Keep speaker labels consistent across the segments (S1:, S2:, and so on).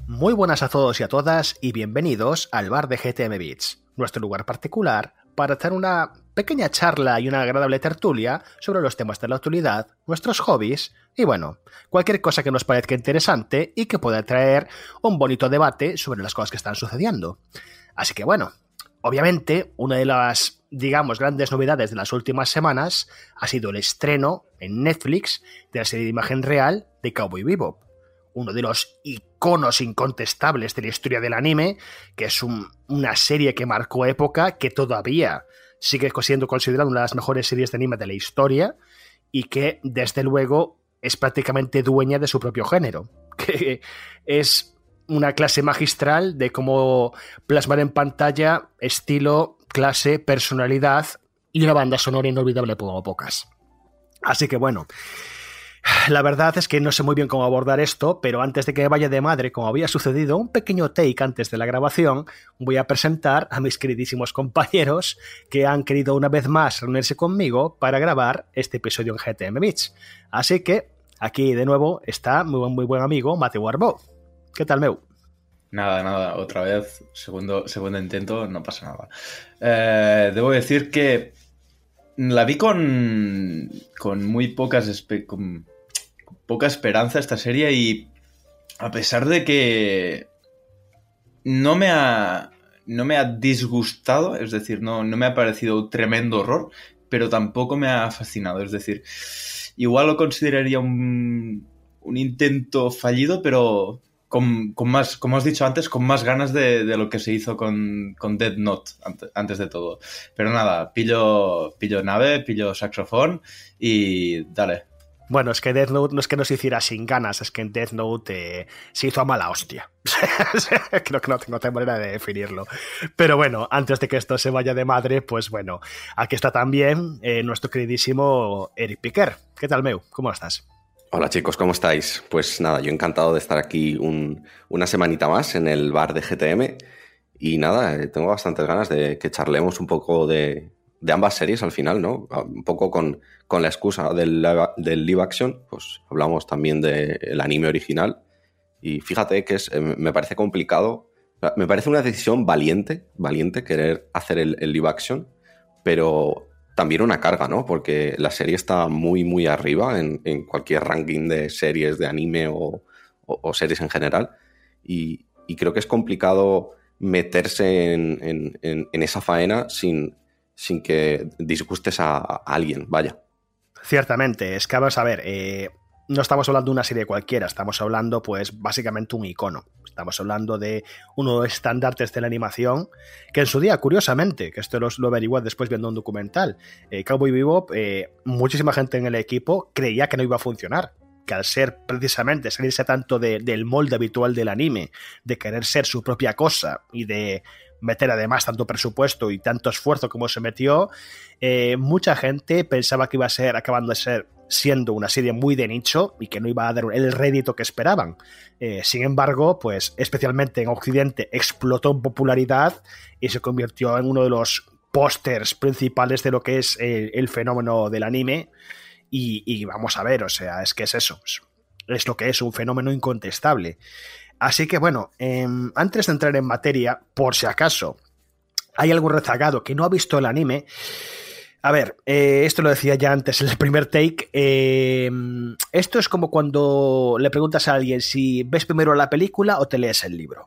S1: Muy buenas a todos y a todas y bienvenidos al bar de GTM Beats, nuestro lugar particular para hacer una pequeña charla y una agradable tertulia sobre los temas de la actualidad, nuestros hobbies y bueno, cualquier cosa que nos parezca interesante y que pueda traer un bonito debate sobre las cosas que están sucediendo. Así que bueno, obviamente una de las, digamos, grandes novedades de las últimas semanas ha sido el estreno en Netflix de la serie de imagen real de Cowboy Bebop, uno de los iconos incontestables de la historia del anime, que es una serie que marcó época, que todavía sigue siendo considerada una de las mejores series de anime de la historia y que, desde luego, es prácticamente dueña de su propio género, que es una clase magistral de cómo plasmar en pantalla estilo, clase, personalidad y una banda sonora inolvidable como pocas. Así que bueno, la verdad es que no sé muy bien cómo abordar esto, pero antes de que me vaya de madre, como había sucedido, un pequeño take antes de la grabación, voy a presentar a mis queridísimos compañeros que han querido una vez más reunirse conmigo para grabar este episodio en GTM Beats. Así que aquí de nuevo está muy buen amigo Mateu Arbó. ¿Qué tal, Meu?
S2: Nada, otra vez, segundo intento, no pasa nada. Debo decir que la vi con muy poca esperanza esta serie y a pesar de que no me ha disgustado, es decir, no me ha parecido un tremendo horror, pero tampoco me ha fascinado, es decir, igual lo consideraría un intento fallido, pero con más, como has dicho antes, con más ganas de lo que se hizo con Death Note antes de todo. Pero nada, pillo nave, pillo saxofón y dale.
S1: Bueno, es que Death Note no es que nos hiciera sin ganas, es que en Death Note se hizo a mala hostia. Creo que no tengo otra manera de definirlo. Pero bueno, antes de que esto se vaya de madre, pues bueno, aquí está también nuestro queridísimo Eric Piquer. ¿Qué tal, Meu? ¿Cómo estás?
S3: Hola chicos, ¿cómo estáis? Pues nada, yo encantado de estar aquí una semanita más en el bar de GTM y nada, tengo bastantes ganas de que charlemos un poco de ambas series al final, ¿no? Un poco con la excusa del live action, pues hablamos también del anime original y fíjate que me parece complicado, me parece una decisión valiente querer hacer el live action, pero también una carga, ¿no? Porque la serie está muy arriba en cualquier ranking de series de anime o series en general. Y creo que es complicado meterse en esa faena sin que disgustes a alguien, vaya.
S1: Ciertamente, es que vamos a ver, no estamos hablando de una serie cualquiera, estamos hablando pues básicamente un icono. Estamos hablando de uno de los estandartes de la animación que en su día, curiosamente, que esto lo averigué después viendo un documental, Cowboy Bebop, muchísima gente en el equipo creía que no iba a funcionar, que al ser precisamente salirse tanto del molde habitual del anime, de querer ser su propia cosa y de meter además tanto presupuesto y tanto esfuerzo como se metió, mucha gente pensaba que iba a ser acabando de ser siendo una serie muy de nicho y que no iba a dar el rédito que esperaban. Sin embargo, pues especialmente en Occidente explotó en popularidad y se convirtió en uno de los pósters principales de lo que es el fenómeno del anime y vamos a ver, o sea, es que es eso, es lo que es un fenómeno incontestable. Así que bueno, antes de entrar en materia, por si acaso hay algún rezagado que no ha visto el anime, a ver, esto lo decía ya antes en el primer take, esto es como cuando le preguntas a alguien si ves primero la película o te lees el libro,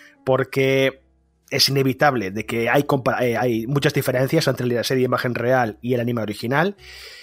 S1: porque es inevitable de que hay muchas diferencias entre la serie de imagen real y el anime original,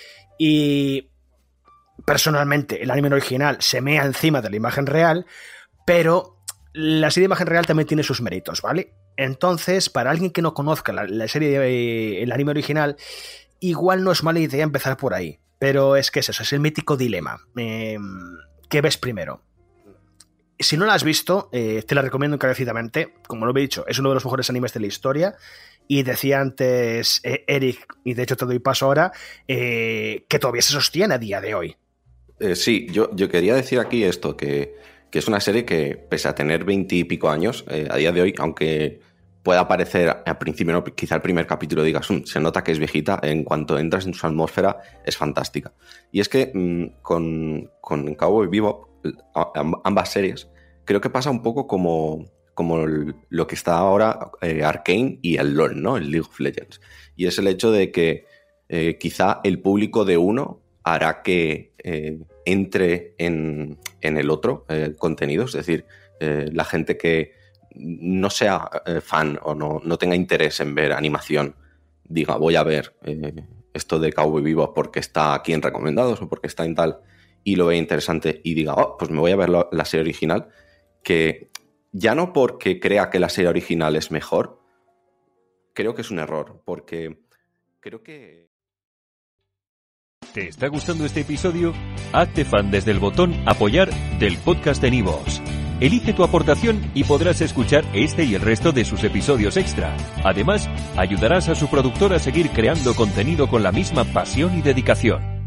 S1: y personalmente el anime original se mea encima de la imagen real, pero la serie de imagen real también tiene sus méritos, ¿vale? Entonces, para alguien que no conozca la serie, el anime original, igual no es mala idea empezar por ahí. Pero es que es el mítico dilema. ¿Qué ves primero? Si no la has visto, te la recomiendo encarecidamente. Como lo he dicho, es uno de los mejores animes de la historia. Y decía antes Eric, y de hecho te doy paso ahora, que todavía se sostiene a día de hoy.
S3: Sí, yo quería decir aquí esto, que es una serie que, pese a tener 20 y pico años, a día de hoy, aunque pueda parecer al principio, ¿no? Quizá el primer capítulo digas, se nota que es viejita, en cuanto entras en su atmósfera es fantástica. Y es que con Cowboy Bebop, ambas series creo que pasa un poco como lo que está ahora Arcane y el LoL, ¿no? El League of Legends. Y es el hecho de que quizá el público de uno hará que entre en el otro contenido, es decir, la gente que no sea fan o no tenga interés en ver animación, diga, voy a ver esto de Cowboy Bebop porque está aquí en recomendados o porque está en tal, y lo vea interesante y diga, pues me voy a ver la serie original, que ya no porque crea que la serie original es mejor, creo que es un error, porque creo que...
S4: ¿Te está gustando este episodio? Hazte fan desde el botón Apoyar del podcast de Nivos. Elige tu aportación y podrás escuchar este y el resto de sus episodios extra. Además, ayudarás a su productor a seguir creando contenido con la misma pasión y dedicación.